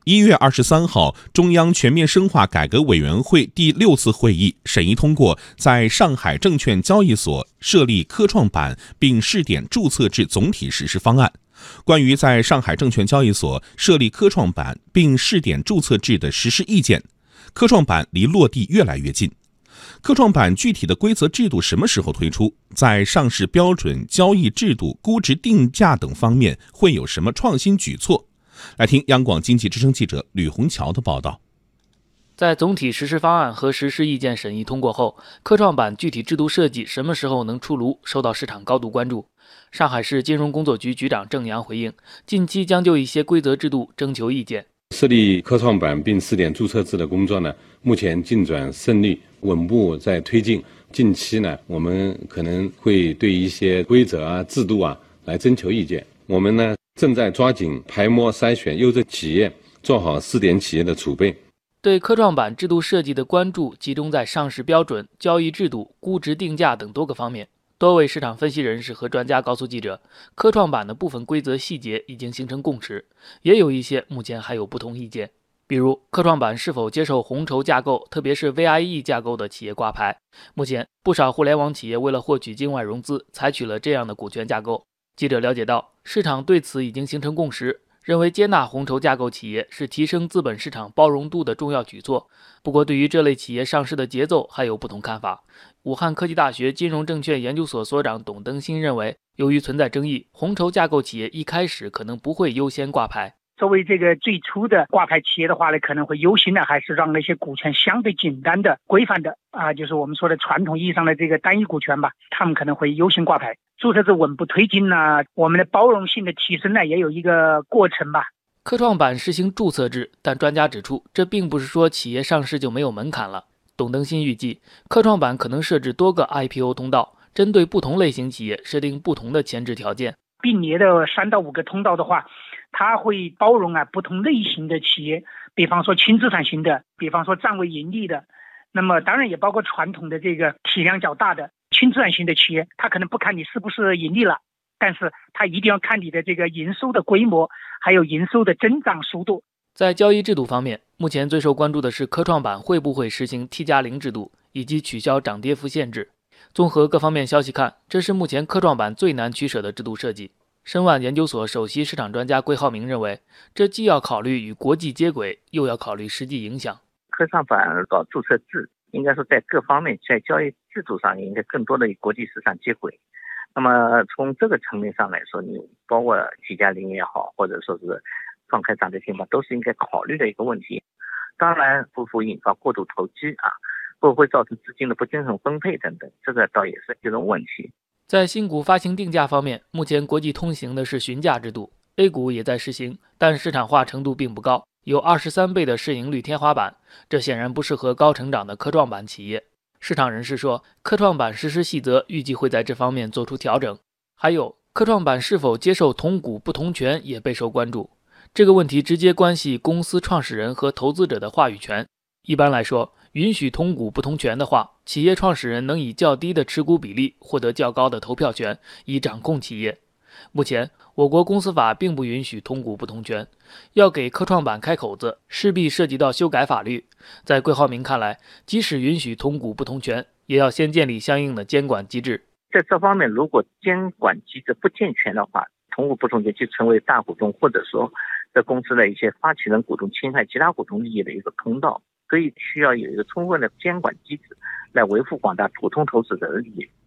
1月23号，中央全面深化改革委员会第6次会议审议通过在上海证券交易所设立科创板并试点注册制总体实施方案。关于在上海证券交易所设立科创板并试点注册制的实施意见，科创板离落地越来越近。科创板具体的规则制度什么时候推出？在上市标准、交易制度、估值定价等方面会有什么创新举措？来听央广经济之声记者吕红桥的报道。 在总体实施方案和实施意见审议通过后，科创板具体制度设计什么时候能出炉，受到市场高度关注。上海市金融工作局局长郑阳回应，近期将就一些规则制度征求意见。 设立科创板并试点注册制的工作呢，目前进展顺利，稳步在推进。近期呢，我们可能会对一些规则制度来征求意见。我们呢正在抓紧排摸筛选优质企业，做好试点企业的储备。 对科创板制度设计的关注集中在上市标准、交易制度、估值定价等多个方面。多位市场分析人士和专家告诉记者，科创板的部分规则细节已经形成共识，也有一些目前还有不同意见。比如，科创板是否接受红筹架构，特别是 VIE 架构的企业挂牌？目前，不少互联网企业为了获取境外融资，采取了这样的股权架构。记者了解到，市场对此已经形成共识，认为接纳红筹架构企业是提升资本市场包容度的重要举措。不过，对于这类企业上市的节奏还有不同看法。武汉科技大学金融证券研究所所长董登新认为，由于存在争议，红筹架构企业一开始可能不会优先挂牌。 作为这个最初的挂牌企业的话呢，可能会优先的还是让那些股权相对简单的、规范的就是我们说的传统意义上的这个单一股权吧，他们可能会优先挂牌。注册制稳步推进呢，我们的包容性的提升呢，也有一个过程吧。 科创板实行注册制，但专家指出，这并不是说企业上市就没有门槛了。董登新预计，科创板可能设置多个 IPO 通道，针对不同类型企业设定不同的前置条件。 并列的3到5个通道的话，它会包容不同类型的企业，比方说轻资产型的，比方说暂未盈利的，那么当然也包括传统的这个体量较大的轻资产型的企业，它可能不看你是不是盈利了，但是它一定要看你的这个营收的规模，还有营收的增长速度。 在交易制度方面，目前最受关注的是科创板会不会实行 T+0 制度，以及取消涨跌幅限制。综合各方面消息看，这是目前科创板最难取舍的制度设计。申万研究所首席市场专家桂浩明认为，这既要考虑与国际接轨，又要考虑实际影响。 科创板搞注册制，应该说在各方面，在交易制度上应该更多的与国际市场接轨。那么从这个层面上来说，你包括T+0也好，或者说是放开涨跌停板，都是应该考虑的一个问题。当然，不会引发过度投机会不会造成资金的不均衡分配等等，这个倒也是一种问题。 在新股发行定价方面，目前国际通行的是询价制度 ，A 股也在实行，但市场化程度并不高，有23倍的市盈率天花板，这显然不适合高成长的科创板企业。市场人士说，科创板实施细则预计会在这方面做出调整。还有，科创板是否接受同股不同权也备受关注，这个问题直接关系公司创始人和投资者的话语权。一般来说，允许同股不同权的话，企业创始人能以较低的持股比例获得较高的投票权，以掌控企业。目前，我国公司法并不允许同股不同权，要给科创板开口子，势必涉及到修改法律。在桂浩明看来，即使允许同股不同权，也要先建立相应的监管机制。 在这方面，如果监管机制不健全的话，同股不同权就成为大股东或者说这公司的一些发起人股东侵害其他股东利益的一个通道。所以需要有一个充分的监管机制来维护广大普通投资者的利益。